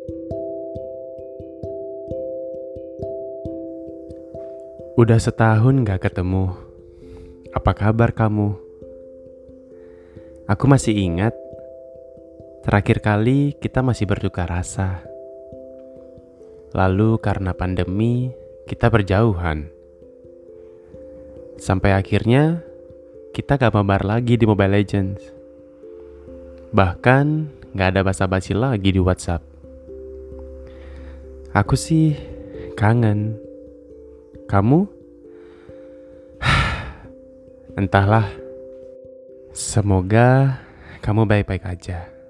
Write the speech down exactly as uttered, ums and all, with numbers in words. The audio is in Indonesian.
Udah setahun gak ketemu. Apa kabar kamu? Aku masih ingat terakhir kali kita masih bertukar rasa. Lalu karena pandemi kita berjauhan. Sampai akhirnya kita gak mabar lagi di Mobile Legends. Bahkan gak ada basa-basi lagi di WhatsApp. Aku sih kangen. Kamu? Entahlah. Semoga kamu baik-baik aja.